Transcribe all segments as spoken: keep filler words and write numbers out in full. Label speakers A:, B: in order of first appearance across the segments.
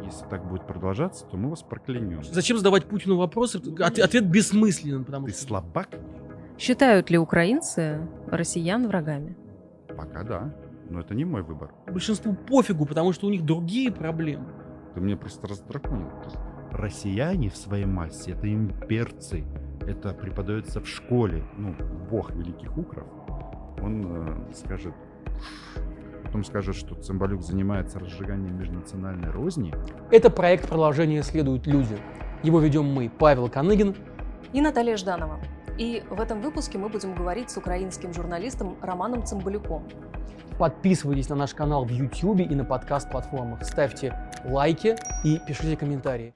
A: если так будет продолжаться, то мы вас проклянем.
B: Зачем задавать Путину вопросы? От- ответ бессмысленен, потому
A: Ты
B: что...
A: слабак?
C: Считают ли украинцы россиян врагами?
A: Пока да, но это не мой выбор.
B: Большинству пофигу, потому что у них другие проблемы.
A: Ты меня просто раздраконил. Россияне в своей массе — это имперцы. Это преподается в школе. Ну, бог великих укров. Он э, скажет... Потом скажет, что Цымбалюк занимается разжиганием межнациональной розни.
B: Это проект «Продолжение следуют люди». Его ведем мы, Павел Коныгин
C: И Наталья Жданова. И в этом выпуске мы будем говорить с украинским журналистом Романом Цымбалюком.
B: Подписывайтесь на наш канал в Ютьюбе и на подкаст-платформах. Ставьте лайки и пишите комментарии.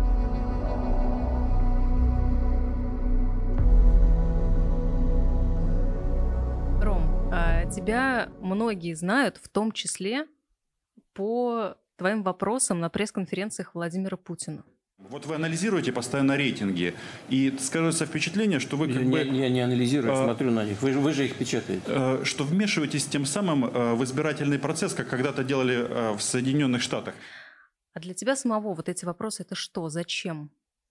C: Ром, а тебя многие знают, в том числе по твоим вопросам на пресс-конференциях Владимира Путина.
D: Вот вы анализируете постоянно рейтинги, и скажется впечатление, что вы как
E: я,
D: бы...
E: Я не анализирую,
D: а,
E: смотрю на них. Вы, же- вы же их печатаете.
D: э, что вмешиваетесь тем самым э, в избирательный процесс, как когда-то делали э, в Соединенных Штатах.
C: А для тебя самого вот эти вопросы — это что? Зачем?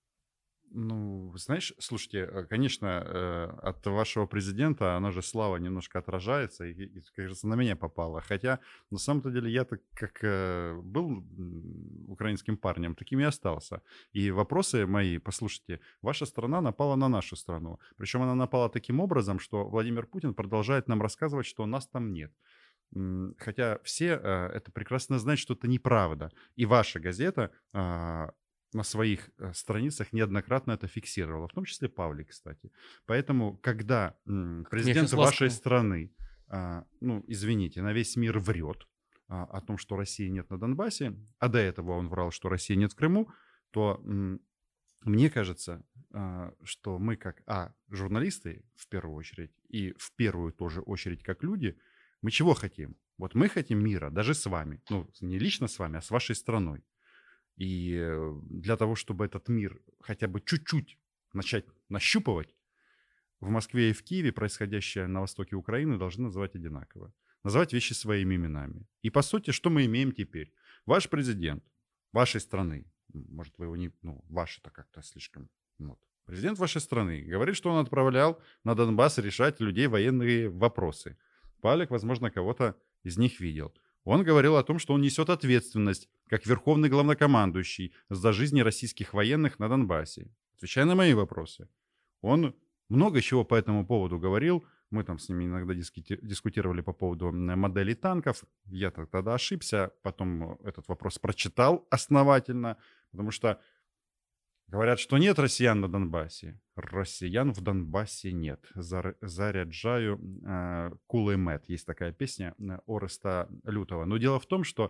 A: Ну, знаешь, слушайте, э, конечно, э, от вашего президента, она же слава немножко отражается и, и, кажется, на меня попала. Хотя, на самом-то деле, я-то как э, был м, украинским парнем, таким и остался. И вопросы мои, послушайте, ваша страна напала на нашу страну. Причем она напала таким образом, что Владимир Путин продолжает нам рассказывать, что нас там нет. М, Хотя все э, это прекрасно знают, что это неправда. И ваша газета а, на своих э, страницах неоднократно это фиксировала, в том числе Павлик, кстати. Поэтому, когда м, президент
B: щас
A: вашей
B: ласково.
A: страны, а, ну, извините, на весь мир врет а, о том, что России нет на Донбассе, а до этого он врал, что России нет в Крыму, то м, мне кажется, а, что мы как, а, журналисты в первую очередь, и в первую тоже очередь как люди, мы чего хотим? Вот мы хотим мира, даже с вами. Ну, не лично с вами, а с вашей страной. И э, для того, чтобы этот мир хотя бы чуть-чуть начать нащупывать, в Москве и в Киеве происходящее на востоке Украины должны называть одинаково. Называть вещи своими именами. И по сути, что мы имеем теперь? Ваш президент вашей страны, может, вы его не... Ну, ваш это как-то слишком... Вот. Президент вашей страны говорит, что он отправлял на Донбасс решать людей военные вопросы. Павлик, возможно, кого-то из них видел. Он говорил о том, что он несет ответственность, как верховный главнокомандующий, за жизни российских военных на Донбассе. Отвечая на мои вопросы. Он много чего по этому поводу говорил. Мы там с ними иногда дискути- дискутировали по поводу м, моделей танков. Я так тогда ошибся. Потом этот вопрос прочитал основательно. Потому что говорят, что нет россиян на Донбассе. Россиян в Донбассе нет. Зар- заряджаю э, кулемет. Есть такая песня э, Ореста Лютого. Но дело в том, что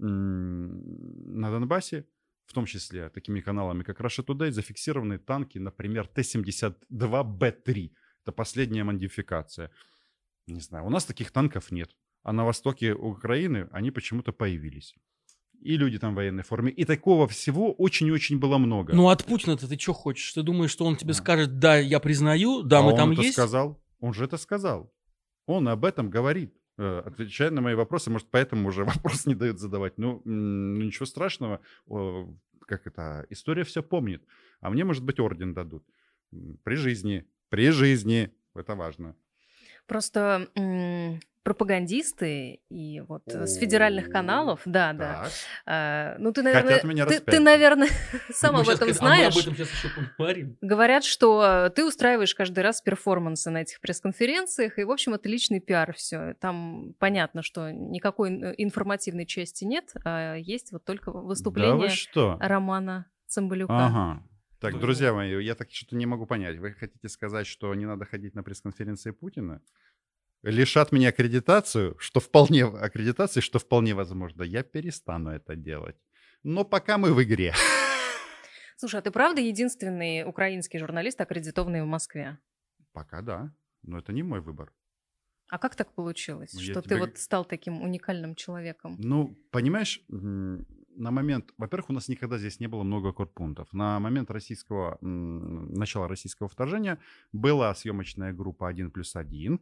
A: м, на Донбассе, в том числе такими каналами, как Russia Today, зафиксированы танки, например, Т семьдесят два Б три. Это последняя модификация. Не знаю, у нас таких танков нет. А на востоке Украины они почему-то появились. И люди там в военной форме. И такого всего очень-очень было много.
B: Ну, от Путина-то ты что хочешь? Ты думаешь, что он тебе
A: А.
B: скажет: да, я признаю, да,
A: а
B: мы
A: он
B: там
A: это
B: есть?
A: сказал. Он же это сказал. Он об этом говорит. Э, Отвечая на мои вопросы, может, поэтому уже вопрос не дают задавать. Ну, м, ну, ничего страшного. О, как это? История все помнит. А мне, может быть, орден дадут. М, При жизни. При жизни. Это важно.
C: Просто м, пропагандисты и вот с федеральных каналов, да, да.
A: Так.
C: А, ну, ты, наверное,
A: Хотят меня
C: ты, ты,
A: распять.
C: наверное, сам
B: Мы
C: об
B: щас
C: этом
B: к-
C: знаешь.
B: А мы об этом сейчас еще поговорим.
C: Говорят, что ты устраиваешь каждый раз перформансы на этих пресс-конференциях, и, в общем, это личный пиар все. Там понятно, что никакой ин- информативной части нет, а есть вот только
A: Да вы
C: выступление
A: что?
C: Романа Цымбалюка.
A: Ага. Так,
B: Да.
A: друзья мои, я так что-то не могу понять. Вы хотите сказать, что не надо ходить на пресс-конференции Путина? Лишат меня аккредитацию, что вполне аккредитации, что вполне возможно. Я перестану это делать. Но пока мы в игре.
C: Слушай, а ты правда единственный украинский журналист, аккредитованный в Москве?
A: Пока да. Но это не мой выбор.
C: А как так получилось,
A: Ну, я
C: что ты
A: тебе
C: вот стал таким уникальным человеком?
A: Ну, понимаешь, м, на момент, во-первых, у нас никогда здесь не было много корпунктов. На момент российского, начала российского вторжения была съемочная группа один плюс один,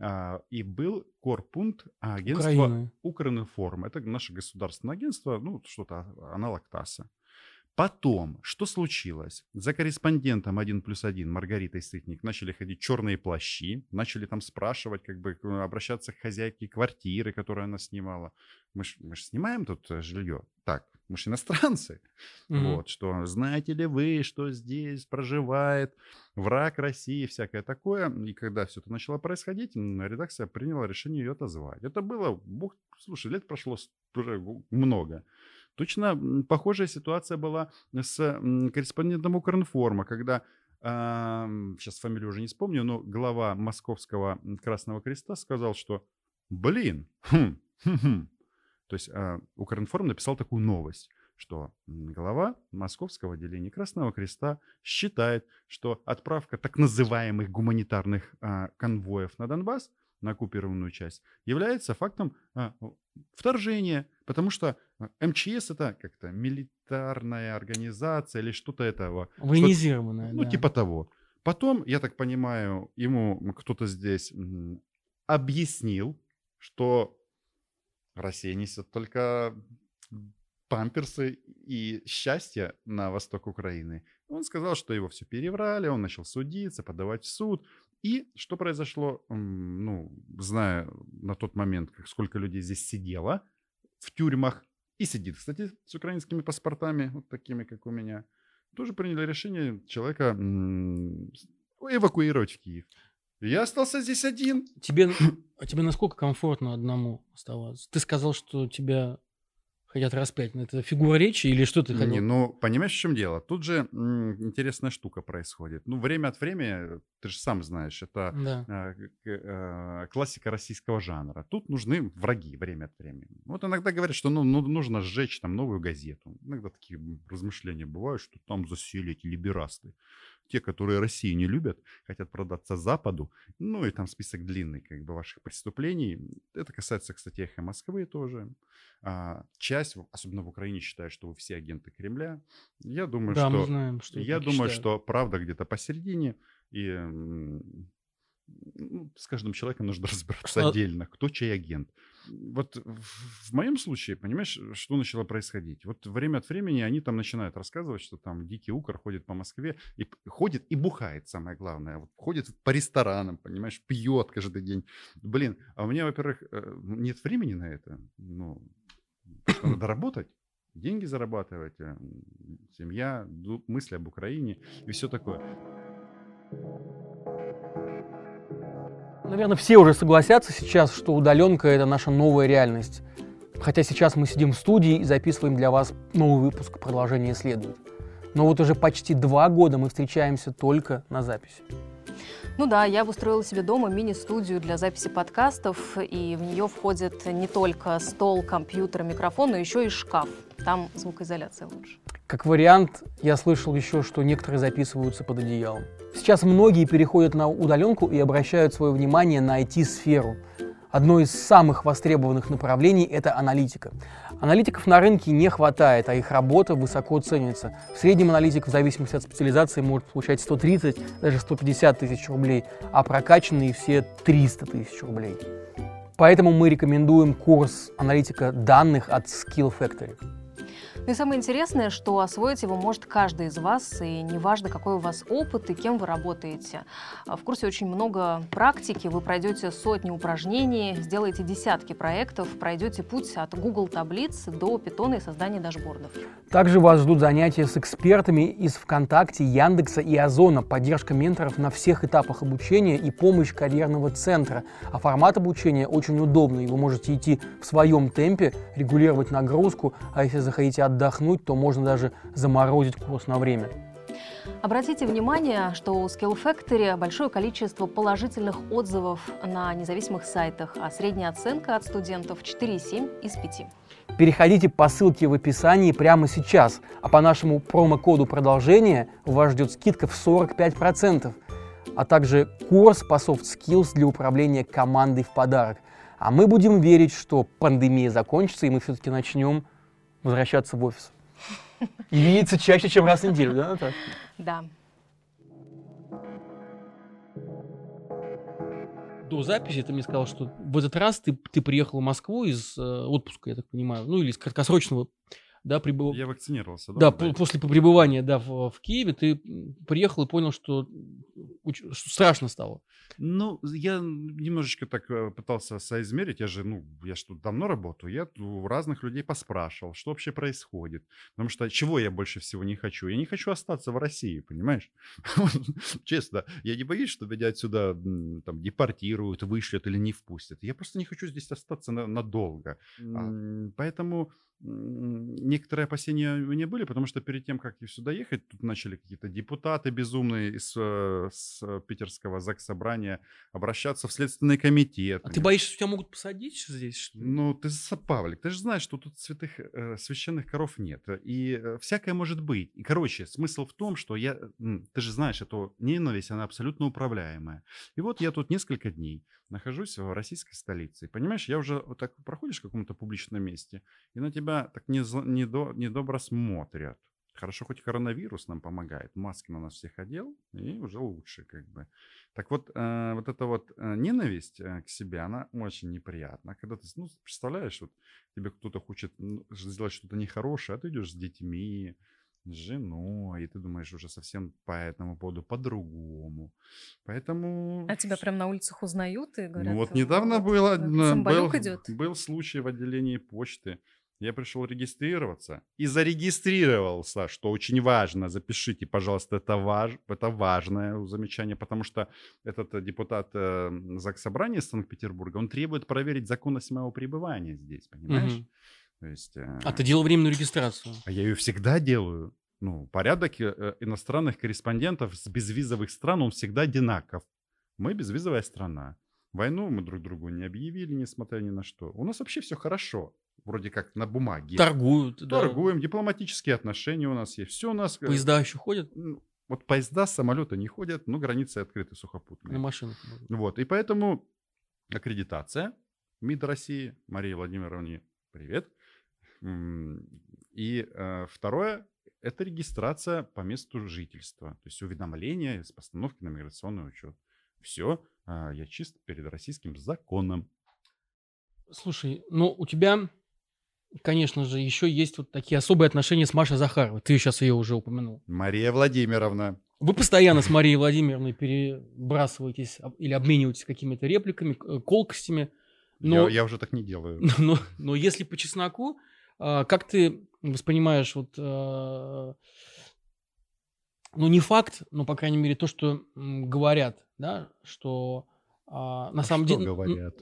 A: и был корпункт агентства Укринформ. Это наше государственное агентство, ну, что-то аналог ТАССа. Потом, что случилось? За корреспондентом один плюс один Маргаритой Сытник начали ходить черные плащи, начали там спрашивать, как бы обращаться к хозяйке квартиры, которую она снимала. Мы ж, мы ж снимаем тут жилье. Так, мы же иностранцы. Mm-hmm. Вот, что знаете ли вы, что здесь проживает враг России, всякое такое. И когда все это начало происходить, редакция приняла решение ее отозвать. Это было, бог, слушай, лет прошло уже много. Точно похожая ситуация была с корреспондентом Укринформа, когда, э, сейчас фамилию уже не вспомню, но глава Московского Красного Креста сказал, что блин, хм, хм, хм. То есть э, Укринформ написал такую новость, что глава Московского отделения Красного Креста считает, что отправка так называемых гуманитарных э, конвоев на Донбасс, на оккупированную часть, является фактом а, вторжения, потому что МЧС это как-то милитарная организация или что-то этого.
B: Военизированная,
A: что, ну,
B: да.
A: типа того. Потом, я так понимаю, ему кто-то здесь объяснил, что Россия несет только памперсы и счастье на восток Украины. Он сказал, что его все переврали, он начал судиться, подавать в суд. И что произошло, ну, зная на тот момент, сколько людей здесь сидело в тюрьмах и сидит, кстати, с украинскими паспортами, вот такими, как у меня, тоже приняли решение человека эвакуировать в Киев. Я остался здесь один.
B: Тебе, а тебе насколько комфортно одному оставаться? Ты сказал, что тебя хотят распять. Это фигура речи или что ты хотел?
A: Не, ну, понимаешь, в чем дело? Тут же м, интересная штука происходит. Ну, время от времени, ты же сам знаешь, это
B: да.
A: э, э, классика российского жанра. Тут нужны враги время от времени. Вот иногда говорят, что ну, ну, нужно сжечь там новую газету. Иногда такие размышления бывают, что там засели эти либерасты. Те, которые Россию не любят, хотят продаться Западу. Ну, и там список длинный, как бы, ваших преступлений. Это касается, кстати, «Эхо Москвы» тоже. А, часть, особенно в Украине, считает, что вы все агенты Кремля. Я думаю,
B: да,
A: что,
B: мы знаем, что
A: я думаю,
B: считают.
A: что правда где-то посередине. И ну, с каждым человеком нужно разбираться что? отдельно, кто чей агент. Вот в моем случае, понимаешь, что начало происходить? Вот время от времени они там начинают рассказывать, что там дикий укр ходит по Москве, и ходит и бухает, самое главное. Вот ходит по ресторанам, понимаешь, пьет каждый день. Блин, а у меня, во-первых, нет времени на это. Ну, надо работать, деньги зарабатывать, семья, мысли об Украине и все такое.
B: Наверное, все уже согласятся сейчас, что удаленка – это наша новая реальность. Хотя сейчас мы сидим в студии и записываем для вас новый выпуск «Продолжение следует». Но вот уже почти два года мы встречаемся только на записи.
C: Ну да, я обустроила себе дома мини-студию для записи подкастов, и в нее входит не только стол, компьютер, микрофон, но еще и шкаф. Там звукоизоляция лучше.
B: Как вариант, я слышал еще, что некоторые записываются под одеялом. Сейчас многие переходят на удаленку и обращают свое внимание на ай ти-сферу. Одно из самых востребованных направлений – это аналитика. Аналитиков на рынке не хватает, а их работа высоко ценится. В среднем аналитик в зависимости от специализации может получать сто тридцать, даже сто пятьдесят тысяч рублей, а прокачанные все триста тысяч рублей. Поэтому мы рекомендуем курс аналитика данных от Skill Factory.
C: Ну и самое интересное, что освоить его может каждый из вас, и неважно, какой у вас опыт и кем вы работаете. В курсе очень много практики, вы пройдете сотни упражнений, сделаете десятки проектов, пройдете путь от Google таблиц до Python и создания дашбордов.
B: Также вас ждут занятия с экспертами из ВКонтакте, Яндекса и Озона, поддержка менторов на всех этапах обучения и помощь карьерного центра. А формат обучения очень удобный, вы можете идти в своем темпе, регулировать нагрузку, а если захотите отдохнуть, то можно даже заморозить курс на время.
C: Обратите внимание, что у Skill Factory большое количество положительных отзывов на независимых сайтах, а средняя оценка от студентов четыре и семь из пяти.
B: Переходите по ссылке в описании прямо сейчас, а по нашему промокоду продолжения вас ждет скидка в сорок пять процентов, а также курс по soft skills для управления командой в подарок. А мы будем верить, что пандемия закончится и мы все-таки начнем возвращаться в офис. И видеться чаще, чем раз в неделю, да, Наташа?
C: Да.
B: До записи ты мне сказал, что в этот раз ты, ты приехал в Москву из э, отпуска, я так понимаю, ну или из краткосрочного, да, прибыв...
A: Я вакцинировался.
B: Да,
A: Да,
B: по- после пребывания, да, в, в Киеве ты приехал и понял, что, уч- что страшно стало.
A: Ну, я немножечко так э, пытался соизмерить. Я же, ну, я ж тут давно работаю. Я у разных людей поспрашивал, что вообще происходит. Потому что чего я больше всего не хочу? Я не хочу остаться в России, понимаешь? Честно, я не боюсь, что меня отсюда м, там депортируют, вышлют или не впустят. Я просто не хочу здесь остаться на- надолго. М, Поэтому м, некоторые опасения у меня были, потому что перед тем, как сюда ехать, тут начали какие-то депутаты безумные из э, с э, питерского заксобрания обращаться в Следственный комитет.
B: А ты
A: понимаешь?
B: боишься, что тебя могут посадить здесь? Что ли?
A: Ну, ты, с- Павлик, ты же знаешь, что тут святых, э, священных коров нет. И э, всякое может быть. И, короче, смысл в том, что я... м, Ты же знаешь, эту ненависть, она абсолютно управляемая. И вот я тут несколько дней нахожусь в российской столице. И, понимаешь, я уже вот так проходишь в каком-то публичном месте, и на тебя так незо- недо- недобро смотрят. Хорошо, хоть коронавирус нам помогает. Маски на нас всех одел, и уже лучше как бы. Так вот, э, вот эта вот э, ненависть э, к себе, она очень неприятна. Когда ты, ну, представляешь, вот тебе кто-то хочет ну, ж- сделать что-то нехорошее, а ты идешь с детьми, с женой, и ты думаешь уже совсем по этому поводу по-другому. Поэтому...
C: А тебя прям на улицах узнают и говорят,
A: Ну вот недавно
C: вот,
A: было,
C: вот,
A: э,
C: цымбалюк
A: был,
C: идет.
A: был случай в отделении почты. Я пришел регистрироваться и зарегистрировался, что очень важно. Запишите, пожалуйста, это, важ, это важное замечание, потому что этот э, депутат э, Заксобрания Санкт-Петербурга, он требует проверить законность моего пребывания здесь, понимаешь?
B: Мгм.
A: То есть, э,
B: А ты делал временную регистрацию.
A: а я ее всегда делаю. Ну, порядок э, э, иностранных корреспондентов с безвизовых стран, он всегда одинаков. Мы безвизовая страна. Войну мы друг другу не объявили, несмотря ни на что. У нас вообще все хорошо. Вроде как на бумаге.
B: Торгуют, да.
A: Торгуем, дипломатические отношения у нас есть. Все у нас... э,
B: Поезда еще ходят
A: ну, Вот поезда, самолеты не ходят, но границы открыты
B: на
A: сухопутные.
B: машинах. можно.
A: Вот, и поэтому аккредитация МИД России, Марии Владимировне, привет. М, И э, второе, это регистрация по месту жительства, то есть уведомление с постановки на миграционный учет. Все, я чист перед российским законом.
B: Слушай, ну у тебя, конечно же, еще есть вот такие особые отношения с Машей Захаровой. Ты сейчас ее уже упомянул.
A: Мария Владимировна.
B: Вы постоянно с Марией Владимировной перебрасываетесь об- или обмениваетесь какими-то репликами, к- э, колкостями. Но,
A: Я, я уже так не делаю.
B: но, но если по чесноку, а, как ты воспринимаешь вот, а, ну не факт, но по крайней мере то, что м, говорят, да, что а, на
A: А
B: самом
A: что
B: деле,
A: говорят?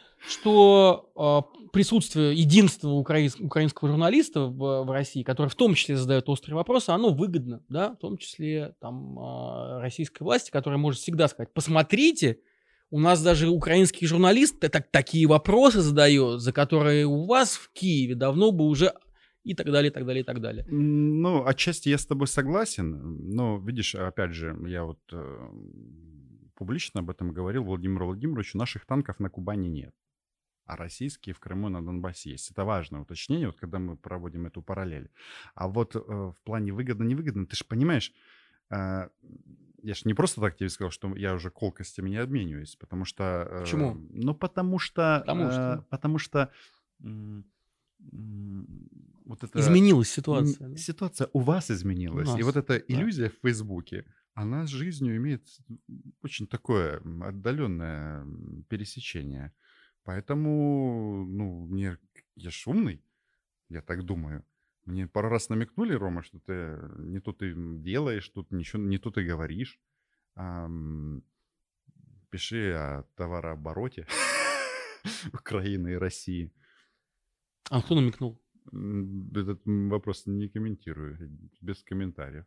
B: что а, присутствие единственного украинс- украинского журналиста в, в России, который в том числе задает острые вопросы, оно выгодно, да, в том числе там а, российской власти, которая может всегда сказать: посмотрите, у нас даже украинский журналист так, такие вопросы задает, за которые у вас в Киеве давно бы уже и так далее, и так далее, и так далее.
A: М, Ну, отчасти я с тобой согласен, но, видишь, опять же, я вот э, публично об этом говорил Владимиру Владимировичу, наших танков на Кубани нет, а российские в Крыму и на Донбассе есть. Это важное уточнение, вот когда мы проводим эту параллель. А вот э, в плане выгодно-невыгодно, ты же понимаешь, э, я же не просто так тебе сказал, что я уже колкостями не обмениваюсь, потому что... э,
B: Почему?
A: Ну, потому что...
B: Потому
A: э,
B: что?
A: Потому что... м, м, Вот это...
B: Изменилась
A: М,
B: ситуация. да?
A: Ситуация у вас изменилась.
B: У
A: И
B: нас,
A: вот эта
B: да.
A: иллюзия в Фейсбуке, она с жизнью имеет очень такое м, отдаленное м, пересечение. Поэтому, ну, мне, я ж умный, я так думаю. Мне пару раз намекнули, Рома, что ты не то ты делаешь, тут ничего, не то ты говоришь. Ам, Пиши о товарообороте Украины и России.
B: А кто намекнул?
A: М, Этот м, вопрос не комментирую, без комментариев.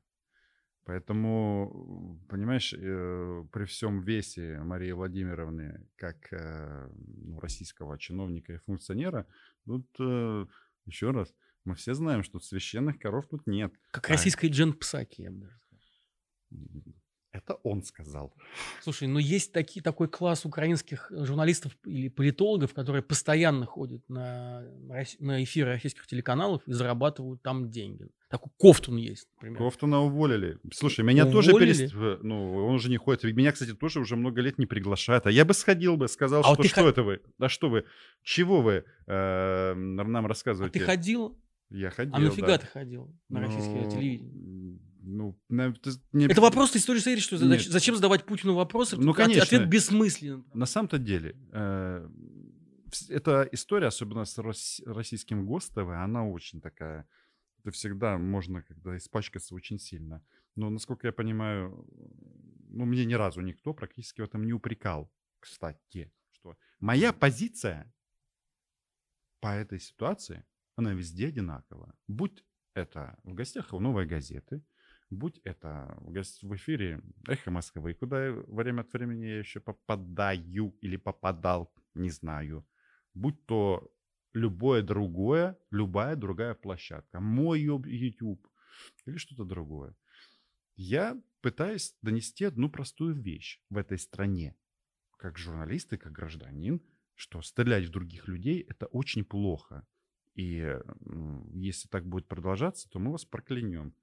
A: Поэтому, понимаешь, э, при всем весе Марии Владимировны как э, ну, российского чиновника и функционера, тут э, еще раз, мы все знаем, что священных коров тут нет.
B: Как
A: А,
B: российская Джен Псаки, я бы даже сказал.
A: м, Это Это он сказал.
B: Слушай, но есть таки, такой класс украинских журналистов или политологов, которые постоянно ходят на, на эфиры российских телеканалов и зарабатывают там деньги. Такой Ковтун есть, например.
A: Ковтуна уволили. Слушай, меня
B: уволили?
A: тоже перест... Ну, он уже не ходит. Меня, кстати, тоже уже много лет не приглашают. А я бы сходил бы, сказал,
B: а
A: что
B: вот
A: что
B: х...
A: это вы? Да что вы? Чего вы э, нам рассказываете?
B: А ты ходил?
A: Я ходил,
B: А нафига
A: да.
B: ты ходил на
A: ну,
B: российское телевидение?
A: Ну, на, ты, не...
B: Это вопрос истории советов, что задач... зачем задавать Путину вопросы?
A: Ну, конечно.
B: Ответ бессмысленен.
A: На самом-то деле, э, эта история, особенно с рос... российским ГОСТВ, она очень такая... Это всегда можно когда испачкаться очень сильно. Но, насколько я понимаю, ну, мне ни разу никто практически в этом не упрекал, кстати. Что моя позиция по этой ситуации, она везде одинакова. Будь это в гостях у «Новой газеты», будь это в, гость... в эфире «Эхо Москвы», куда время от времени я еще попадаю или попадал, не знаю. Будь то любое другое, любая другая площадка, мой YouTube или что-то другое. Я пытаюсь донести одну простую вещь в этой стране, как журналист и как гражданин, что стрелять в других людей – это очень плохо. И если так будет продолжаться, то мы вас проклянем.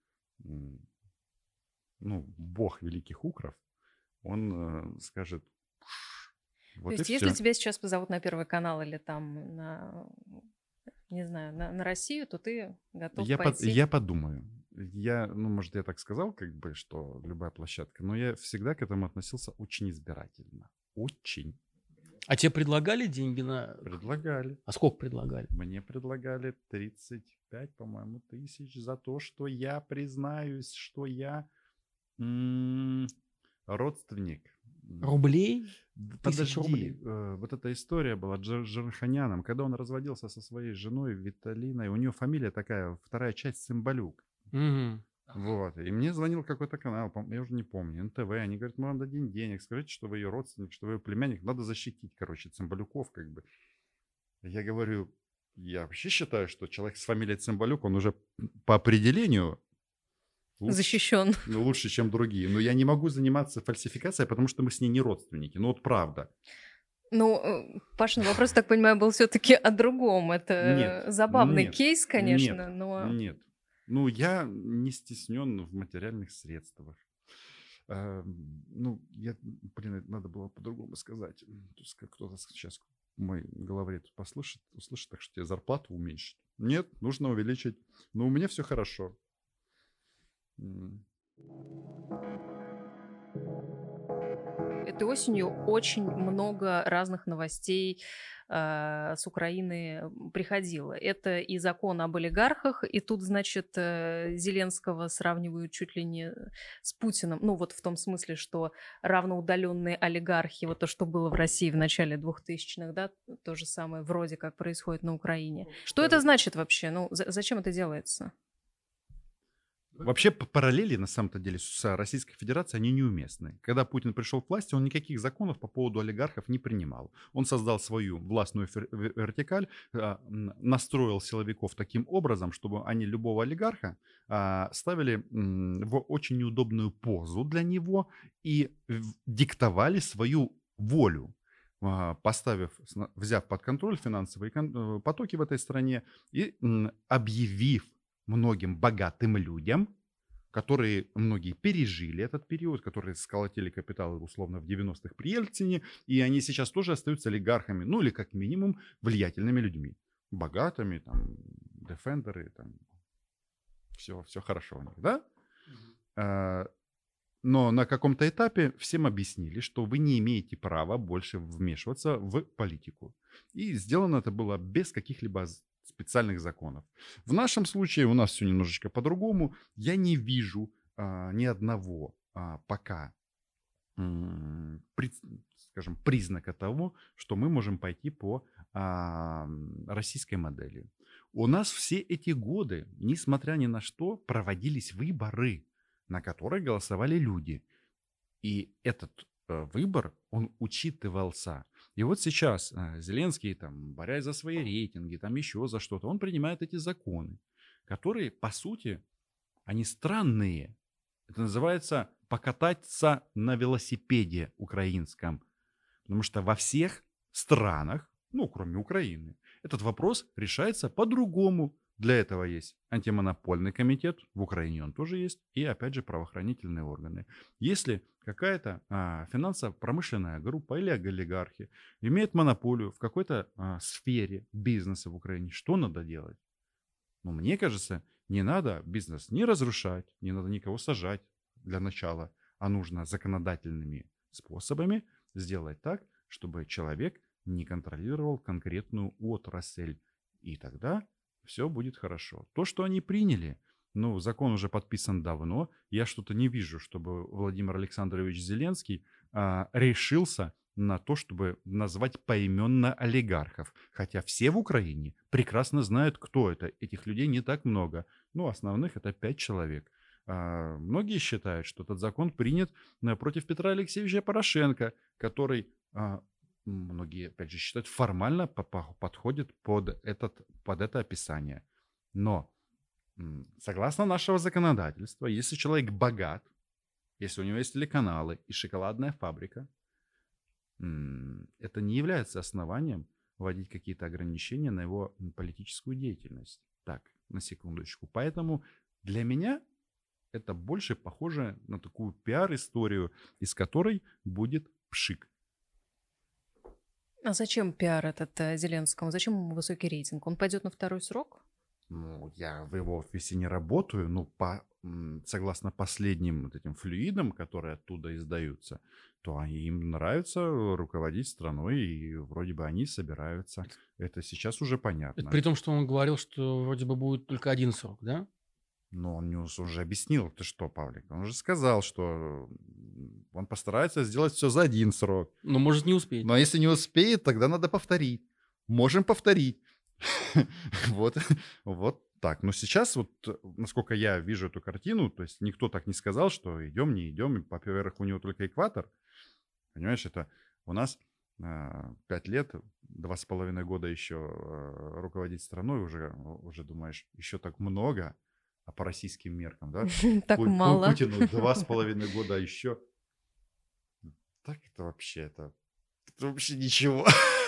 A: Ну, бог великих укров, он э, скажет... Вот
C: то есть если все. Тебя сейчас позовут на Первый канал или там на, не знаю, на, на Россию, то ты готов
A: я
C: пойти?
A: Под, я подумаю. Я, ну, может, я так сказал, как бы, что любая площадка, но я всегда к этому относился очень избирательно. Очень.
B: А тебе предлагали деньги на...
A: Предлагали.
B: А сколько предлагали?
A: Мне предлагали тридцать пять, по-моему, тысяч за то, что я признаюсь, что я м- родственник.
B: Рублей?
A: Подожди,
B: рублей.
A: Э, вот эта история была Джар- Джараханяном, когда он разводился со своей женой Виталиной, у нее фамилия такая, вторая часть Цымбалюк.
B: Угу.
A: Вот, и мне звонил какой-то канал, я уже не помню, эн тэ вэ, они говорят, мы вам дадим денег, скажите, что вы ее родственник, что вы ее племянник, надо защитить, короче, Цымбалюков, как бы. Я говорю, я вообще считаю, что человек с фамилией Цымбалюк, он уже по определению лучше,
C: защищен.
A: Лучше, чем другие. Но я не могу заниматься фальсификацией, потому что мы с ней не родственники. Ну вот правда.
C: Ну, Пашин вопрос, так понимаю, был все-таки о другом. Это
A: нет,
C: забавный
A: нет,
C: кейс, конечно,
A: нет,
C: но...
A: Нет. Ну, я не стеснен в материальных средствах. А, ну, я, блин, надо было по-другому сказать. Кто-то сейчас мой говорит, послушает, услышит, так что тебе зарплату уменьшить. Нет, нужно увеличить. Но у меня все хорошо.
C: Этой осенью очень много разных новостей э, с Украины приходило. Это и закон об олигархах, и тут, значит, э, Зеленского сравнивают чуть ли не с Путиным. Ну, вот в том смысле, что равноудаленные олигархи, вот то, что было в России в начале двухтысячных, да, то же самое вроде как происходит на Украине. Что это значит вообще? Ну, за- зачем это делается?
A: Вообще параллели, на самом-то деле, с Российской Федерацией, они неуместны. Когда Путин пришел к власти, он никаких законов по поводу олигархов не принимал. Он создал свою властную вертикаль, настроил силовиков таким образом, чтобы они любого олигарха ставили в очень неудобную позу для него и диктовали свою волю, поставив, взяв под контроль финансовые потоки в этой стране и объявив многим богатым людям, которые многие пережили этот период, которые сколотили капиталы условно в девяностых при Ельцине, и они сейчас тоже остаются олигархами, ну или как минимум влиятельными людьми, богатыми, там, дефендеры, там, все, все хорошо у них, да? Mm-hmm. Но на каком-то этапе всем объяснили, что вы не имеете права больше вмешиваться в политику. И сделано это было без каких-либо специальных законов. В нашем случае у нас все немножечко по-другому. Я не вижу а, ни одного а, пока, м, при, скажем, признака того, что мы можем пойти по а, российской модели. У нас все эти годы, несмотря ни на что, проводились выборы, на которые голосовали люди. И этот э, выбор, он учитывался. И вот сейчас э, Зеленский, там, борясь за свои рейтинги, там еще за что-то, он принимает эти законы, которые, по сути, они странные. Это называется покататься на велосипеде украинском. Потому что во всех странах, ну, кроме Украины, этот вопрос решается по-другому. Для этого есть антимонопольный комитет, в Украине он тоже есть, и, опять же, правоохранительные органы. Если какая-то а, финансово-промышленная группа или олигархи имеет монополию в какой-то а, сфере бизнеса в Украине, что надо делать? Ну, мне кажется, не надо бизнес не разрушать, не надо никого сажать для начала, а нужно законодательными способами сделать так, чтобы человек не контролировал конкретную отрасль. И тогда все будет хорошо. То, что они приняли, ну, закон уже подписан давно. Я что-то не вижу, чтобы Владимир Александрович Зеленский а, решился на то, чтобы назвать поименно олигархов. Хотя все в Украине прекрасно знают, кто это. Этих людей не так много. Ну, основных это пять человек. А, многие считают, что этот закон принят а, против Петра Алексеевича Порошенко, который... А, многие, опять же, считают, формально подходит под, этот, под это описание. Но, согласно нашего законодательства, если человек богат, если у него есть телеканалы и шоколадная фабрика, это не является основанием вводить какие-то ограничения на его политическую деятельность. Так, на секундочку. Поэтому для меня это больше похоже на такую пиар-историю, из которой будет пшик.
C: А зачем пиар этот э, Зеленскому? Зачем ему высокий рейтинг? Он пойдет на второй срок?
A: Ну, я в его офисе не работаю, но по, согласно последним вот этим флюидам, которые оттуда издаются, то им нравится руководить страной, и вроде бы они собираются. Это сейчас уже понятно.
B: Это при том, что он говорил, что вроде бы будет только один срок, да?
A: Но он уже объяснил, ты что, Павлик? Он уже сказал, что он постарается сделать все за один срок.
B: Но может не успеть.
A: Но если не успеет, тогда надо повторить. Можем повторить. Вот, вот так. Но сейчас, вот, насколько я вижу эту картину, то есть никто так не сказал, что идем, не идем, и поверх у него только экватор. Понимаешь, это у нас э, пять лет, два с половиной года еще э, руководить страной, уже, уже думаешь, еще так много. А по российским меркам, да?
C: Так
A: Пу-
C: мало.
A: Путину два с половиной года еще. Так это вообще, это, это вообще ничего.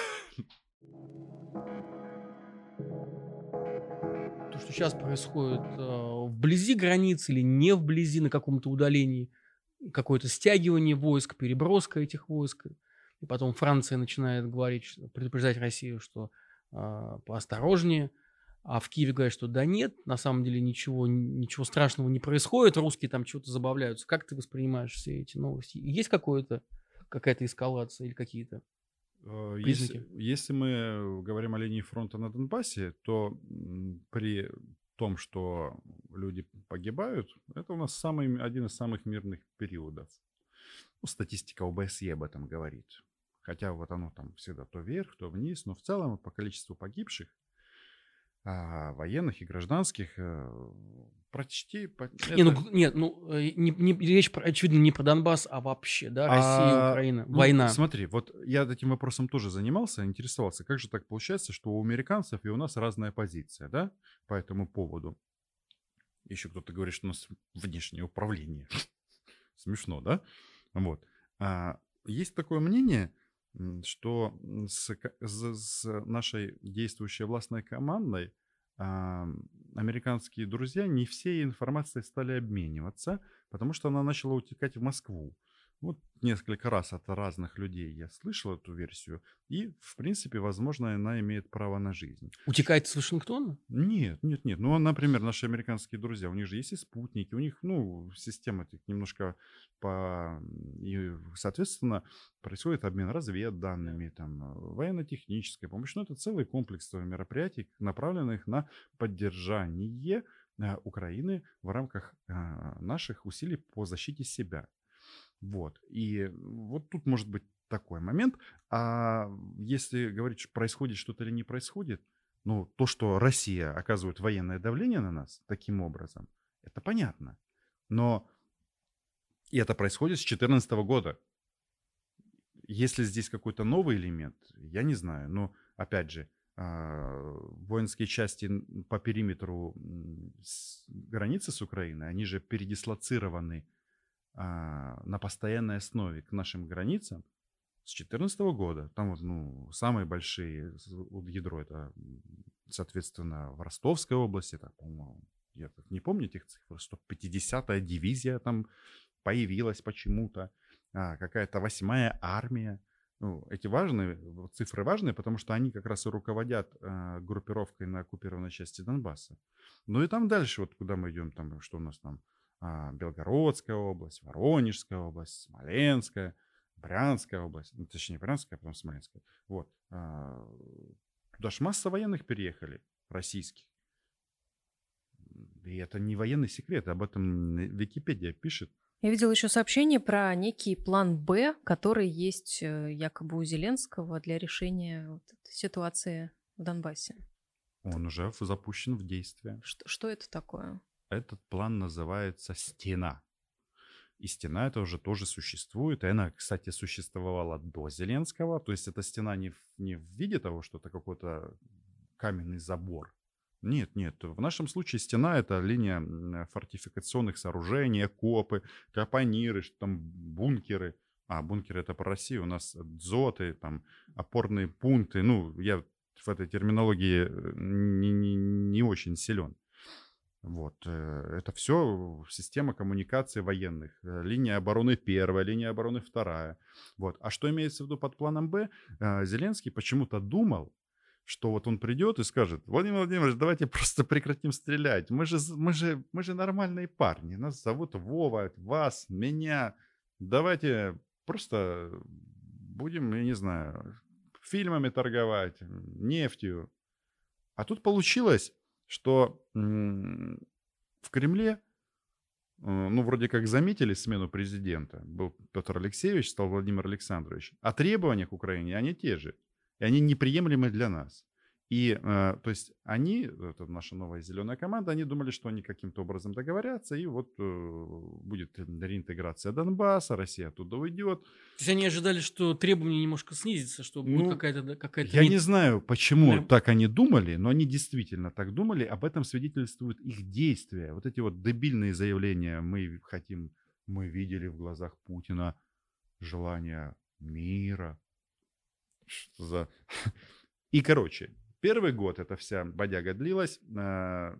B: То, что сейчас происходит э, вблизи границы или не вблизи, на каком-то удалении, какое-то стягивание войск, переброска этих войск, и потом Франция начинает говорить, что- предупреждать Россию, что э, поосторожнее, а в Киеве говорят, что да нет, на самом деле ничего, ничего страшного не происходит, русские там чего-то забавляются. Как ты воспринимаешь все эти новости? Есть какое-то, какая-то эскалация или какие-то?
A: Э,
B: Признаки.
A: Если, если мы говорим о линии фронта на Донбассе, то м, при том, что люди погибают, это у нас самый, один из самых мирных периодов. Ну, статистика ОБСЕ об этом говорит. Хотя вот оно там всегда то вверх, то вниз, но в целом по количеству погибших, а, военных и гражданских, э, почти... по-
B: Не, ну,
A: это-
B: г- нет, ну, э, не, не- речь, про- очевидно, не про Донбасс, а вообще, да, Россия,
A: А,
B: Украина,
A: ну,
B: война.
A: Смотри, вот я этим вопросом тоже занимался, интересовался, как же так получается, что у американцев и у нас разная позиция, да, по этому поводу. Еще кто-то говорит, что у нас внешнее управление. Смешно, да? Вот. А, есть такое мнение, м, что с, ка- с- с нашей действующей властной командой а, американские друзья не всей информацией стали обмениваться, потому что она начала утекать в Москву. Вот несколько раз от разных людей я слышал эту версию, и, в принципе, возможно, она имеет право на жизнь.
B: Утекает с Вашингтона?
A: Нет, нет, нет. Ну, например, наши американские друзья, у них же есть и спутники, у них, ну, система так немножко по... И, соответственно, происходит обмен разведданными, там, военно-технической помощи. Ну, это целый комплекс мероприятий, направленных на поддержание а, Украины в рамках а, наших усилий по защите себя. Вот. И вот тут может быть такой момент. А если говорить, что происходит что-то или не происходит, ну, то, что Россия оказывает военное давление на нас таким образом, это понятно. Но и это происходит с две тысячи четырнадцатого года. Если здесь какой-то новый элемент, я не знаю. Но, опять же, а, воинские части н- по периметру м, с- границы с Украиной, они же передислоцированы а, на постоянной основе к нашим границам с две тысячи четырнадцатого года. Там вот, ну, самые большие ядро это, соответственно, в Ростовской области, это, по-моему, я так не помню этих цифр, сто пятидесятая дивизия там появилась почему-то, а, какая-то восьмая армия. Ну, эти важные, цифры важные, потому что они как раз и руководят а, группировкой на оккупированной части Донбасса. Ну и там дальше, вот куда мы идем, там, что у нас там, а, Белгородская область, Воронежская область, Смоленская, Брянская область, ну, точнее Брянская, а потом Смоленская. Вот. А, туда ж масса военных переехали, российских. И это не военный секрет, об этом Википедия пишет.
C: Я видела еще сообщение про некий план «Б», который есть э, якобы у Зеленского для решения вот этой ситуации в Донбассе.
A: Он уже в- запущен в действие.
C: Что, что это такое?
A: Этот план называется «Стена». И стена это уже тоже существует. И она, кстати, существовала до Зеленского. То есть эта стена не в, не в виде того, что это какой-то каменный забор. Нет, нет. В нашем случае стена это линия м, фортификационных сооружений, окопы, капониры, что там бункеры. А, бункеры это по России. У нас дзоты, там опорные пункты. Ну, я в этой терминологии э, не, не, не очень силен. Вот. э, Это все система коммуникации военных. Э, Линия обороны первая, линия обороны вторая. Вот. А что имеется в виду под планом «Б»? Э, Зеленский почему-то думал, что вот он придет и скажет: Владимир Владимирович, давайте просто прекратим стрелять. Мы же, з- мы же, мы же нормальные парни. Нас зовут Вова, вас, меня. Давайте просто будем, я не знаю, фильмами торговать, нефтью. А тут получилось, что м, в Кремле, э, ну, вроде как заметили смену президента. Был Петр Алексеевич, стал Владимир Александрович. А требования к Украине, они те же. И они неприемлемы для нас. И, э, то есть, они, это наша новая зеленая команда, они думали, что они каким-то образом договорятся, и вот э, будет реинтеграция Донбасса, Россия оттуда уйдет.
B: То есть они ожидали, что требования немножко снизятся, что будет
A: Ну,
B: какая-то да, какая-то
A: Я
B: не-
A: не знаю, почему
B: Да.
A: так они думали, но они действительно так думали. Об этом свидетельствуют их действия. Вот эти вот дебильные заявления: мы хотим, мы видели в глазах Путина желание мира. Что за... И, короче, первый год эта вся бодяга длилась. э,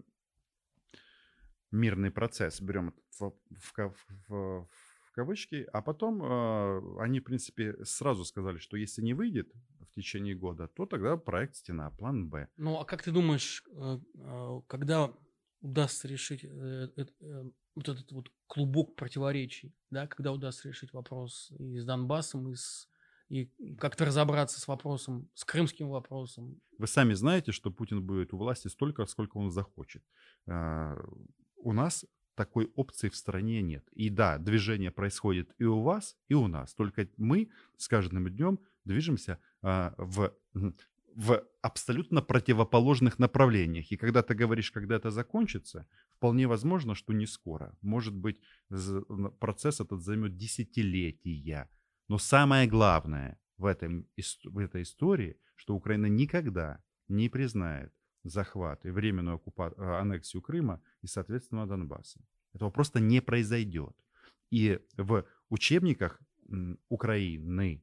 A: Мирный процесс, берем это в, в ка- в- в кавычки, а потом э, они, в принципе, сразу сказали, что если не выйдет в течение года, то тогда проект «Стена», план «Б».
B: Ну, а как ты думаешь, э, э, когда удастся решить э, э, э, вот этот вот клубок противоречий, да, когда удастся решить вопрос и с Донбассом, и, с, и как-то разобраться с вопросом, с крымским вопросом?
A: Вы сами знаете, что Путин будет у власти столько, сколько он захочет. А, У нас такой опции в стране нет. И да, движение происходит и у вас, и у нас. Только мы с каждым днем движемся а, в, м, в абсолютно противоположных направлениях. И когда ты говоришь, когда это закончится, вполне возможно, что не скоро. Может быть, з- н- процесс этот займет десятилетия. Но самое главное в, этом, ис- в этой истории, что Украина никогда не признает захват и временную оккупа- э, аннексию Крыма и, соответственно, Донбасса. Этого просто не произойдет. И в учебниках м, Украины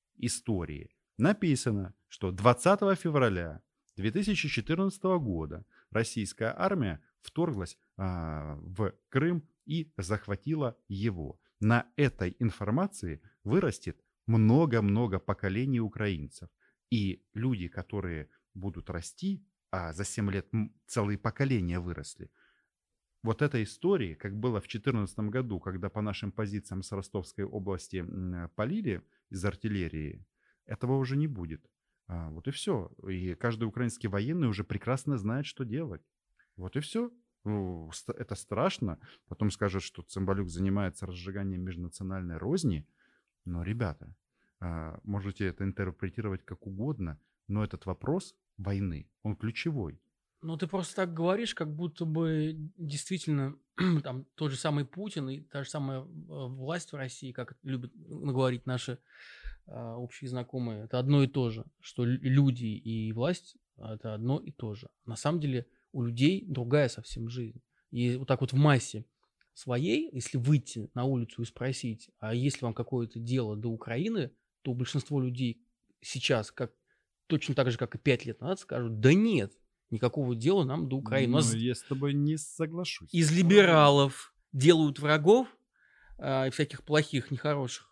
A: истории написано, что двадцатого февраля две тысячи четырнадцатого года российская армия вторглась а, в Крым и захватила его. На этой информации вырастет много-много поколений украинцев. И люди, которые будут расти, а за семь лет м, целые поколения выросли, вот этой истории, как было в две тысячи четырнадцатом году, когда по нашим позициям с Ростовской области м, полили из артиллерии, этого уже не будет. А, вот и все. И каждый украинский военный уже прекрасно знает, что делать. Вот и все. Ну, ст- это страшно. Потом скажут, что Цымбалюк занимается разжиганием межнациональной розни. Но, ребята, а, можете это интерпретировать как угодно, но этот вопрос войны, он ключевой.
B: Ну, ты просто так говоришь, как будто бы действительно там тот же самый Путин и та же самая э, власть в России, как это любят говорить наши а, общие знакомые, это одно и то же, что лю- люди и власть а, это одно и то же. На самом деле у людей другая совсем жизнь. И вот так вот в массе своей, если выйти на улицу и спросить, а если вам какое-то дело до Украины, то большинство людей сейчас, как, точно так же, как и пять лет назад, скажут, да нет, никакого дела нам до Украины. У нас
A: Ну, я с тобой не соглашусь.
B: из либералов делают врагов, а, и всяких плохих, нехороших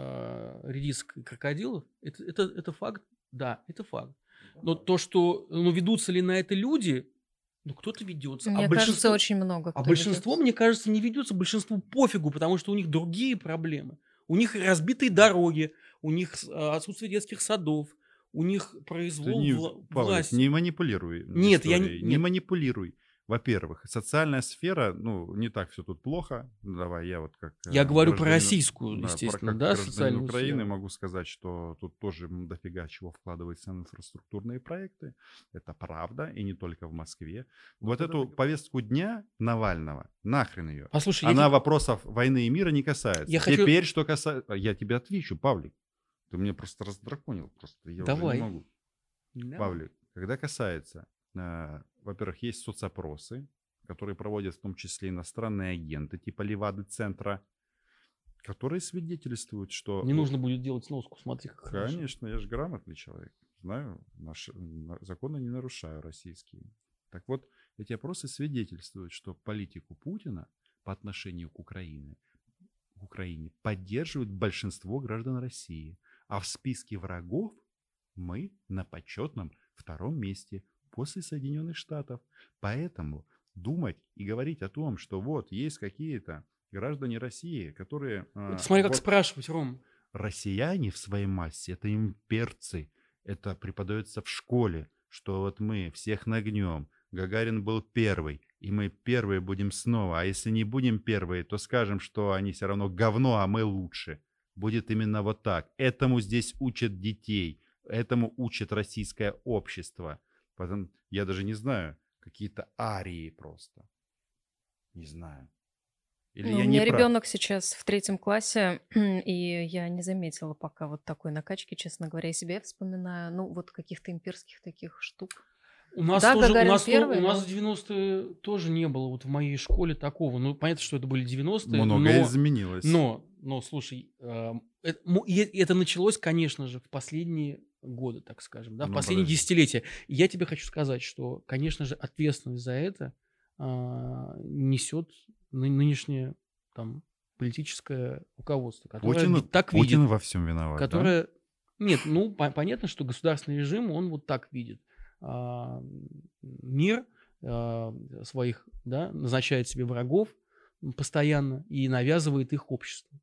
B: а, редисок и крокодилов, это, это, это факт, да, это факт. Но то, что, ну, ведутся ли на это люди, ну, кто-то ведется.
C: Мне
B: а
C: кажется,
B: большинство,
C: очень много.
B: а
C: кто
B: большинство,
C: ведется.
B: мне кажется, не ведется, большинству пофигу, потому что у них другие проблемы. У них разбитые дороги, у них а, отсутствие детских садов, у них
A: Ты
B: произвол
A: не,
B: вла-
A: Павлик,
B: власти.
A: не манипулируй
B: Нет, я не-
A: историей, не
B: нет.
A: манипулируй. Во-первых, социальная сфера, ну, не так все тут плохо. Давай, я вот как...
B: Я
A: э,
B: говорю про
A: гражданин-
B: российскую,
A: да,
B: естественно,
A: про, как
B: да,
A: гражданин
B: социальную
A: Украины
B: сферу.
A: могу сказать, что тут тоже м, дофига чего вкладывается в инфраструктурные проекты. Это правда, и не только в Москве. Вот эту повестку дня Навального, нахрен ее.
B: Послушай, я
A: Она
B: тебе-
A: вопросов войны и мира не касается.
B: Я хочу-
A: Теперь, что касается... Я тебе отвечу, Павлик. Ты меня просто раздраконил. Просто я
B: Давай.
A: уже не могу.
B: Да.
A: Павлик, когда касается, э, во-первых, есть соцопросы, которые проводят в том числе иностранные агенты типа Левады-центра, которые свидетельствуют, что...
B: Не нужно будет делать сноску, смотри, как хорошо.
A: Конечно, я же грамотный человек. Знаю, наши на- законы не нарушаю российские. Так вот, эти опросы свидетельствуют, что политику Путина по отношению к Украине, к Украине поддерживает большинство граждан России. А в списке врагов мы на почетном втором месте после Соединенных Штатов. Поэтому думать и говорить о том, что вот есть какие-то граждане России, которые... а,
B: Вот смотри, как
A: вот
B: спрашивать, Ром.
A: россияне в своей массе, это имперцы, это преподается в школе, что вот мы всех нагнем, Гагарин был первый, и мы первые будем снова, а если не будем первые, то скажем, что они все равно говно, а мы лучше. Будет именно вот так. Этому здесь учат детей, этому учит российское общество. Потом, я даже не знаю, какие-то арии просто. Не знаю. Или
C: Ну,
A: я
C: у
A: не
C: меня
A: прав?
C: ребенок сейчас в третьем классе, и я не заметила пока вот такой накачки, честно говоря, я себя вспоминаю, ну, вот каких-то имперских таких штук.
B: У нас
C: Да,
B: тоже, у
C: Гагарин
B: нас, то-
C: первый,
B: у нас
C: но-
B: в девяностые тоже не было вот в моей школе такого. Ну, понятно, что это были девяностые,
A: Многое
B: но,
A: изменилось.
B: но, но, слушай, эм, это, мо- и это началось, конечно же, в последние годы, так скажем, да, в
A: Ну,
B: последние
A: подожди.
B: десятилетия. И я тебе хочу сказать, что, конечно же, ответственность за это а, несет ны- нынешнее там политическое руководство, которое
A: Путин,
B: ви- так
A: Путин
B: видит.
A: во всем виноват, да?
B: Которая... Нет, ну, по- понятно, что государственный режим, он вот так видит. А, мир а, своих, да, назначает себе врагов постоянно и навязывает их обществу.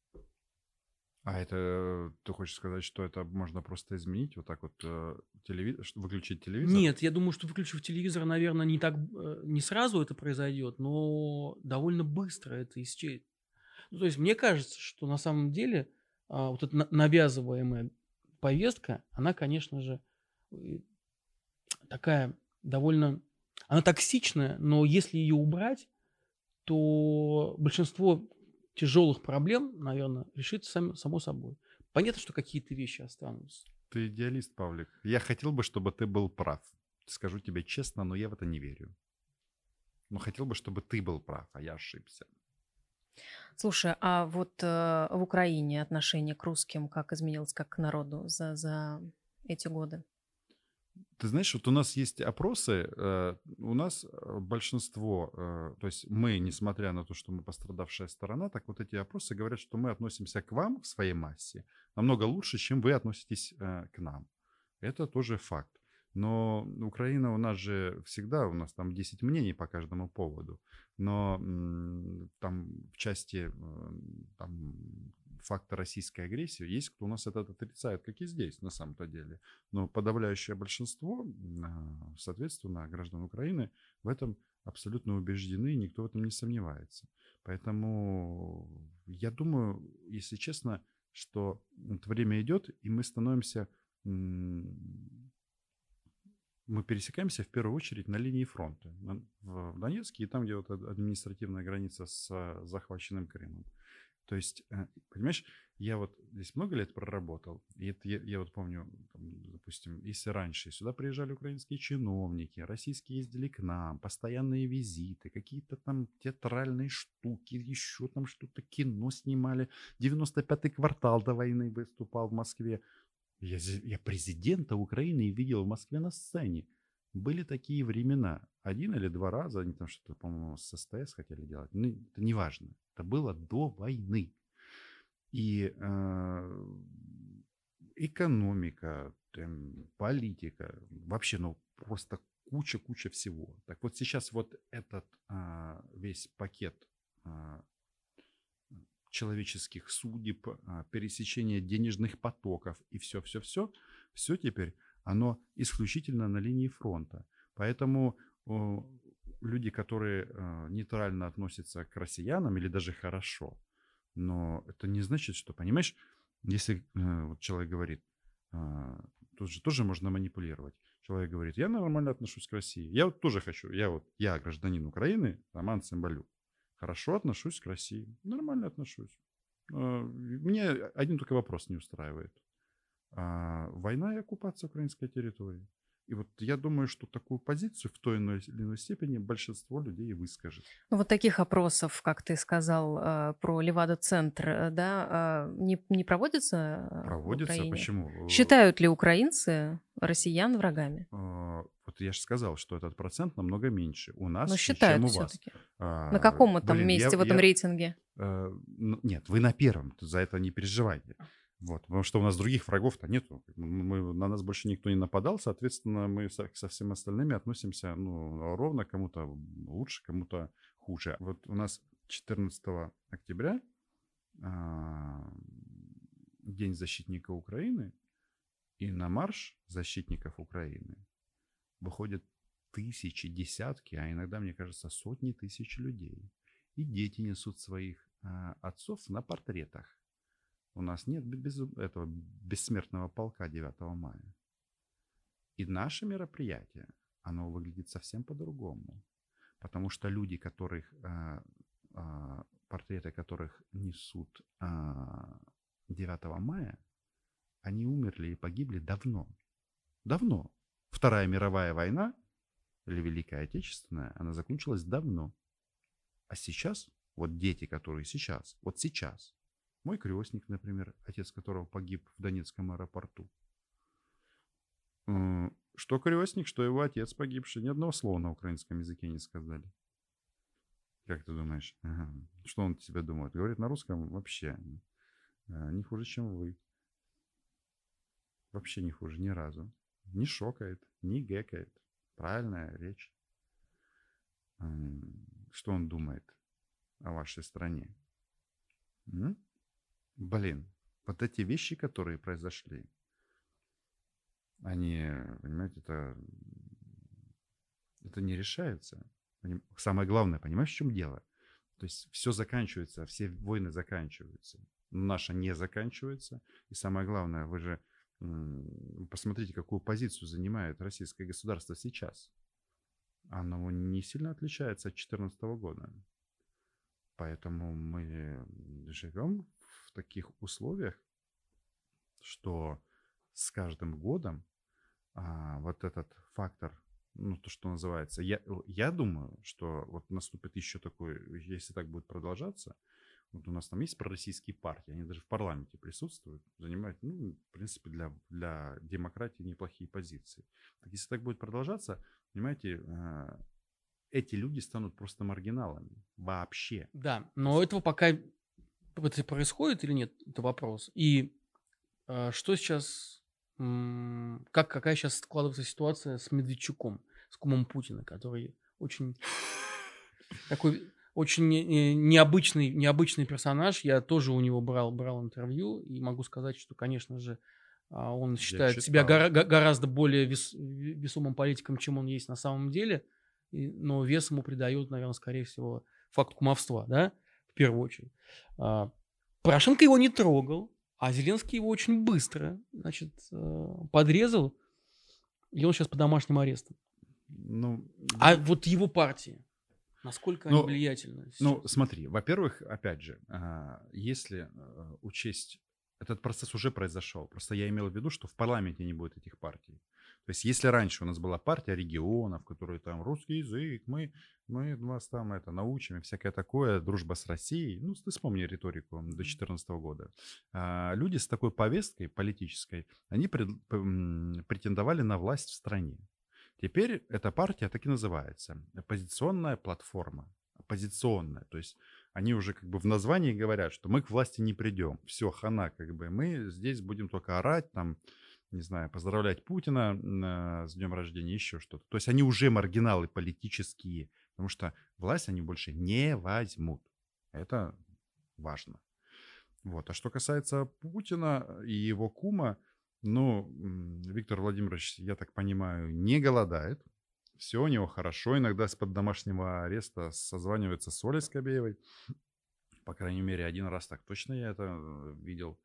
A: А это, ты хочешь сказать, что это можно просто изменить? Вот так вот э, телеви- что, выключить телевизор?
B: Нет, я думаю, что выключив телевизор, наверное, не так, э, не сразу это произойдет, но довольно быстро это исчезнет. Ну, то есть мне кажется, что на самом деле а, вот эта на- навязываемая повестка, она, конечно же, э, такая довольно, она токсичная, но если ее убрать, то большинство тяжелых проблем, наверное, решится сами, само собой. Понятно, что какие-то вещи останутся.
A: Ты идеалист, Павлик. Я хотел бы, чтобы ты был прав. Скажу тебе честно, но я в это не верю. Но хотел бы, чтобы ты был прав, а я ошибся.
C: Слушай, а вот э, в Украине отношение к русским как изменилось, как к народу за, за эти годы?
A: Ты знаешь, вот у нас есть опросы, э, у нас э, большинство, э, то есть мы, несмотря на то, что мы пострадавшая сторона, так вот эти опросы говорят, что мы относимся к вам в своей массе намного лучше, чем вы относитесь э, к нам. Это тоже факт. Но Украина у нас же всегда, у нас там десять мнений по каждому поводу, но м, там в части э, там, факта российской агрессии есть, кто у нас это отрицает, как и здесь на самом-то деле. Но подавляющее большинство, э, соответственно, граждан Украины в этом абсолютно убеждены, и никто в этом не сомневается. Поэтому я думаю, если честно, что вот время идет, и мы становимся... м, мы пересекаемся в первую очередь на линии фронта. На- В Донецке и там, где вот ад- административная граница с э, захваченным Крымом. То есть, э, понимаешь, я вот здесь много лет проработал, и это я, я вот помню, там, допустим, если раньше сюда приезжали украинские чиновники, российские ездили к нам, постоянные визиты, какие-то там театральные штуки, еще там что-то, кино снимали, девяносто пятый квартал до войны выступал в Москве. Я, я президента Украины видел в Москве на сцене. Были такие времена. Один или два раза, они там что-то, по-моему, с СТС хотели делать. Ну, это не важно. Это было до войны. И э, экономика, там, политика, вообще, ну, просто куча-куча всего. Так вот сейчас вот этот э, весь пакет э, человеческих судеб, э, пересечения денежных потоков и все-все-все, все теперь, оно исключительно на линии фронта. Поэтому э, люди, которые э, нейтрально относятся к россиянам или даже хорошо, но это не значит, что, понимаешь, если э, вот человек говорит, э, тут же тоже можно манипулировать. Человек говорит, я нормально отношусь к России. Я вот тоже хочу, я вот, я гражданин Украины, Роман Цымбалюк, хорошо отношусь к России, нормально отношусь. Э, мне один только вопрос не устраивает. А, война и оккупация украинской территории. И вот я думаю, что такую позицию в той или иной степени большинство людей выскажет.
C: Ну, вот таких опросов, как ты сказал, э, про Левада-центр, э, да, э, не, не проводятся э,
A: Проводится.
C: в Украине?
A: Почему?
C: Считают ли украинцы россиян врагами?
A: А, вот я же сказал, что этот процент намного меньше у нас,
C: Но
A: чем
C: считают
A: у вас.
C: все-таки.
A: А,
C: На каком мы там
A: блин,
C: месте
A: я-
C: в этом
A: я-
C: рейтинге?
A: э, ну, нет, вы на первом, за это не переживайте. Вот, потому что у нас других врагов-то нету. Мы, на нас больше никто не нападал, соответственно, мы со, со всеми остальными относимся ну, ровно, кому-то лучше, кому-то хуже. Вот у нас четырнадцатого октября, а, День защитника Украины, и на марш защитников Украины выходят тысячи, десятки, а иногда, мне кажется, сотни тысяч людей. И дети несут своих а, отцов на портретах. У нас нет без этого бессмертного полка девятого мая. И наше мероприятие, оно выглядит совсем по-другому. Потому что люди, которых, а, а, портреты которых несут а, девятого мая, они умерли и погибли давно. Давно. Вторая мировая война, или Великая Отечественная, она закончилась давно. А сейчас, вот дети, которые сейчас, вот сейчас, мой крестник, например, отец которого погиб в Донецком аэропорту. Что крестник, что его отец погибший. Ни одного слова на украинском языке не сказали. Как ты думаешь? Ага. Что он тебе думает? Говорит на русском вообще не хуже, чем вы. Вообще не хуже, ни разу. Не шокает, не гэкает. Правильная речь. Что он думает о вашей стране? М? Блин, вот эти вещи, которые произошли, они, понимаете, это, это не решается. Самое главное, понимаешь, в чем дело? То есть все заканчивается, все войны заканчиваются. Наша не заканчивается. И самое главное, вы же посмотрите, какую позицию занимает российское государство сейчас. Оно не сильно отличается от две тысячи четырнадцатого года. Поэтому мы живем в таких условиях, что с каждым годом а, вот этот фактор, ну, то, что называется, я, я думаю, что вот наступит еще такой, если так будет продолжаться, вот у нас там есть пророссийские партии, они даже в парламенте присутствуют, занимают, ну, в принципе, для, для демократии неплохие позиции. Так если так будет продолжаться, понимаете, эти люди станут просто маргиналами вообще.
B: Да, но этого пока это происходит или нет, это вопрос. И э, что сейчас, м- как, какая сейчас складывается ситуация с Медведчуком, с кумом Путина, который очень такой очень не- необычный, необычный персонаж. Я тоже у него брал, брал интервью и могу сказать, что, конечно же, а, он считает
A: читал.
B: себя гора- га- гораздо более вес- весомым политиком, чем он есть на самом деле. И- но вес ему придает, наверное, скорее всего, факт кумовства, да, в первую очередь. А, Порошенко его не трогал, а Зеленский его очень быстро, значит, э, подрезал, и он сейчас под домашним арестом.
A: Ну,
B: А вот его партия, Насколько
A: Ну,
B: они влиятельны сейчас?
A: Ну, смотри, во-первых, опять же, а, если а, учесть, этот процесс уже произошел. Просто я имел в виду, что в парламенте не будет этих партий. То есть если раньше у нас была партия регионов, которые там русский язык, мы, мы вас там это научим и всякое такое, дружба с Россией, ну, ты вспомни риторику до две тысячи четырнадцатого года. А, люди с такой повесткой политической, они пред, м, претендовали на власть в стране. Теперь эта партия так и называется. Оппозиционная платформа. Оппозиционная. То есть они уже как бы в названии говорят, что мы к власти не придем. Все, хана, как бы мы здесь будем только орать, там, не знаю, поздравлять Путина э, с днем рождения, еще что-то. То есть они уже маргиналы политические, потому что власть они больше не возьмут. Это важно. Вот. А что касается Путина и его кума, ну, Виктор Владимирович, я так понимаю, не голодает. Все у него хорошо. Иногда из-под домашнего ареста созванивается с Олей Скобеевой. По крайней мере, один раз так точно я это видел.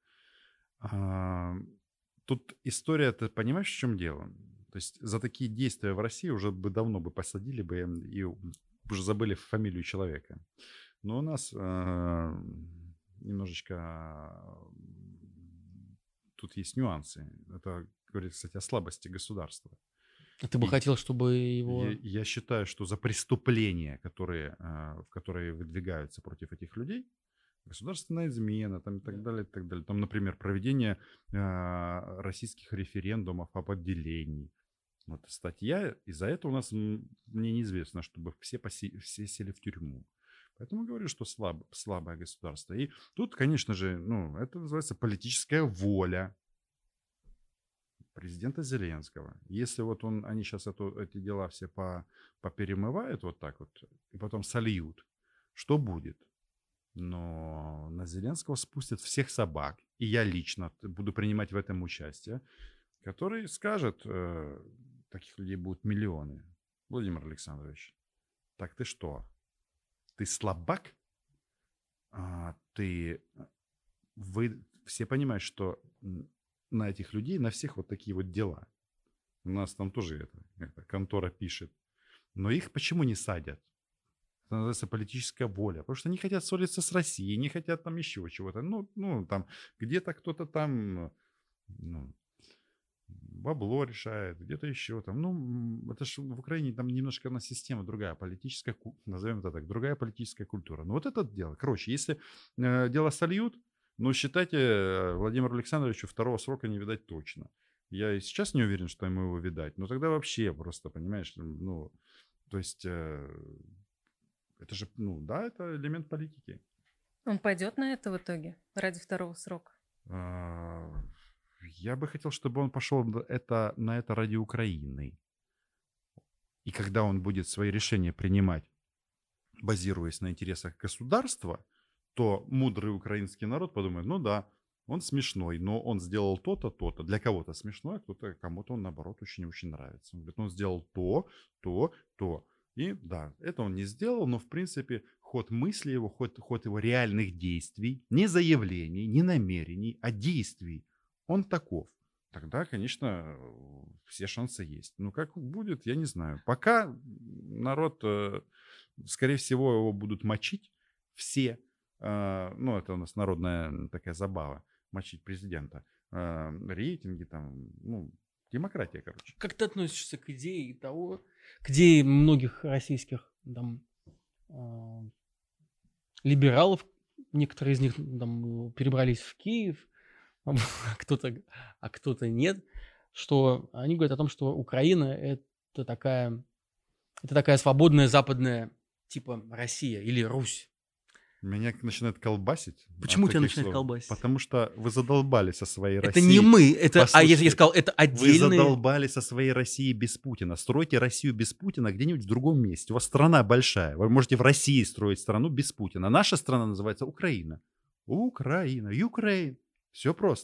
A: А, тут история, ты понимаешь, в чем дело? То есть за такие действия в России уже бы давно бы посадили бы и уже забыли фамилию человека. Но у нас а, немножечко... Тут есть нюансы. Это говорит, кстати, о слабости государства.
B: Ты бы
A: И
B: хотел, чтобы его...
A: Я, я считаю, что за преступления, которые, в которые выдвигаются против этих людей, государственная измена там, и так далее, и так далее. Там, например, проведение российских референдумов об отделении. Вот статья, и за это у нас, мне неизвестно, чтобы все, поси, все сели в тюрьму. Поэтому говорю, что слаб, слабое государство. И тут, конечно же, ну, это называется политическая воля президента Зеленского. Если вот он, они сейчас эту, эти дела все по, поперемывают вот так вот, и потом сольют, что будет? Но на Зеленского спустят всех собак, и я лично буду принимать в этом участие, который скажет, э, таких людей будут миллионы. Владимир Александрович, так ты что? Ты слабак, а, ты, вы все понимают, что на этих людей, на всех вот такие вот дела. У нас там тоже это, это контора пишет. Но их почему не садят? Это называется политическая воля. Потому что они хотят ссориться с Россией, не хотят там еще чего-то. Ну, ну там где-то кто-то там... Ну, бабло решает, где-то еще там. Ну, это же в Украине там немножко на система другая, политическая, назовем это так, другая политическая культура. Ну, вот это дело. Короче, если э, дело сольют, ну, считайте, Владимиру Александровичу второго срока не видать точно. Я и сейчас не уверен, что ему его видать. Но тогда вообще просто, понимаешь, ну, то есть, э, это же, ну, да, это элемент политики.
C: Он пойдет на это в итоге ради второго срока?
A: Я бы хотел, чтобы он пошел это, на это ради Украины. И когда он будет свои решения принимать, базируясь на интересах государства, то мудрый украинский народ подумает, ну да, он смешной, но он сделал то-то, то-то. Для кого-то смешной, а кто-то, кому-то он, наоборот, очень-очень нравится. Он говорит, он сделал то, то, то. И да, это он не сделал, но, в принципе, ход мысли его, ход, ход его реальных действий, не заявлений, не намерений, а действий, он таков. Тогда, конечно, все шансы есть. Но как будет, я не знаю. Пока народ, скорее всего, его будут мочить все. Ну, это у нас народная такая забава. Мочить президента. Рейтинги там, ну, демократия, короче.
B: Как ты относишься к идее того, к идее многих российских там, э, либералов, некоторые из них там перебрались в Киев, а кто-то, а кто-то нет, что они говорят о том, что Украина это такая, это такая свободная западная типа Россия или Русь.
A: Меня начинает колбасить.
B: Почему тебя начинает
A: слов.
B: колбасить?
A: Потому что вы задолбались со своей
B: это
A: Россией.
B: Это не мы, это,
A: Послушайте,
B: а если я сказал, это отдельные...
A: Вы задолбались со своей Россией без Путина. Стройте Россию без Путина где-нибудь в другом месте. У вас страна большая. Вы можете в России строить страну без Путина. Наша страна называется Украина. Украина, Украин. Все просто.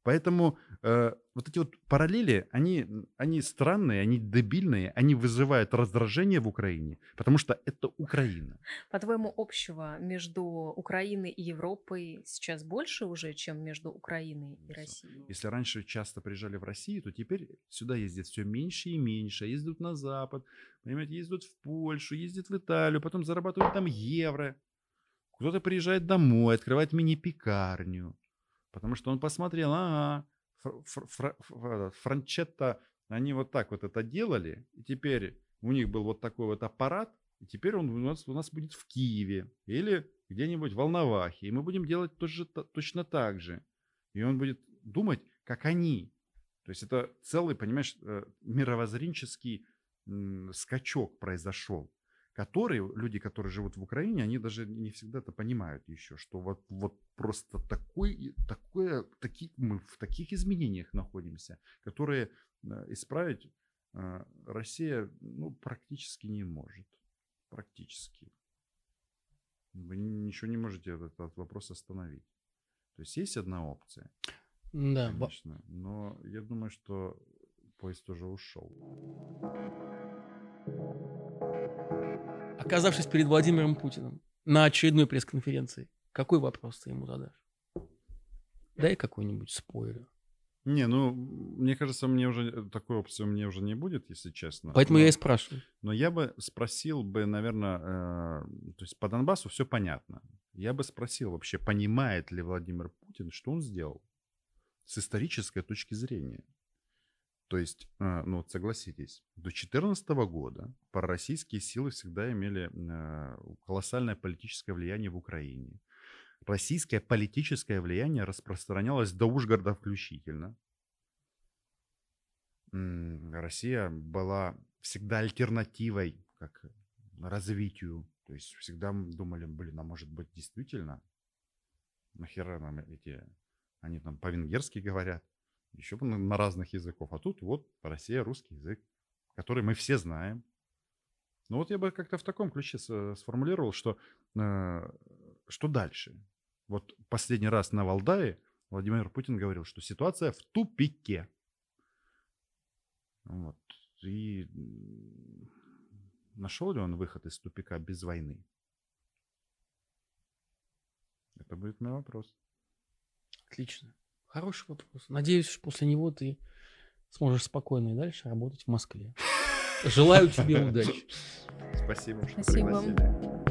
A: Поэтому э, вот эти вот параллели, они, они странные, они дебильные, они вызывают раздражение в Украине, потому что это Украина.
C: По-твоему, общего между Украиной и Европой сейчас больше уже, чем между Украиной и Россией?
A: Если раньше часто приезжали в Россию, то теперь сюда ездят все меньше и меньше, ездят на Запад, понимаете, ездят в Польшу, ездят в Италию, потом зарабатывают там евро. Кто-то приезжает домой, открывает мини-пекарню. Потому что он посмотрел, ага, фр- фр- фр- Франчетта, они вот так вот это делали, и теперь у них был вот такой вот аппарат, и теперь он у нас, у нас будет в Киеве или где-нибудь в Волновахе, и мы будем делать тоже, точно так же. И он будет думать, как они. То есть это целый, понимаешь, мировоззренческий скачок произошел, которые, люди, которые живут в Украине, они даже не всегда это понимают еще, что вот, вот просто такой, такое, таки, мы в таких изменениях находимся, которые исправить э, Россия ну, практически не может. Практически. Вы ничего не можете этот, этот вопрос остановить. То есть есть одна опция,
B: Да,
A: конечно, но я думаю, что поезд уже ушел.
B: Оказавшись перед Владимиром Путиным на очередной пресс-конференции, какой вопрос ты ему задашь? Дай какой-нибудь спойлер.
A: Не, ну, мне кажется, мне уже такой опции у меня уже не будет, если честно.
B: Поэтому
A: но,
B: я и спрашиваю.
A: Но я бы спросил бы, наверное, э, то есть по Донбассу все понятно. Я бы спросил вообще, понимает ли Владимир Путин, что он сделал с исторической точки зрения. То есть, э, ну вот согласитесь, до две тысячи четырнадцатого года пророссийские силы всегда имели э, колоссальное политическое влияние в Украине. Российское политическое влияние распространялось до Ужгорода включительно. Россия была всегда альтернативой как развитию. То есть всегда думали, блин, а может быть действительно, нахера нам эти, они там по-венгерски говорят, еще на разных языках. А тут вот Россия, русский язык, который мы все знаем. Ну вот я бы как-то в таком ключе сформулировал, что, э, что дальше. Вот последний раз на Валдае Владимир Путин говорил, что ситуация в тупике. Вот. И нашел ли он выход из тупика без войны? Это будет мой вопрос.
B: Отлично. Хороший вопрос. Надеюсь, что после него ты сможешь спокойно и дальше работать в Москве. Желаю тебе удачи.
A: Спасибо, что
C: Спасибо.
A: пригласили.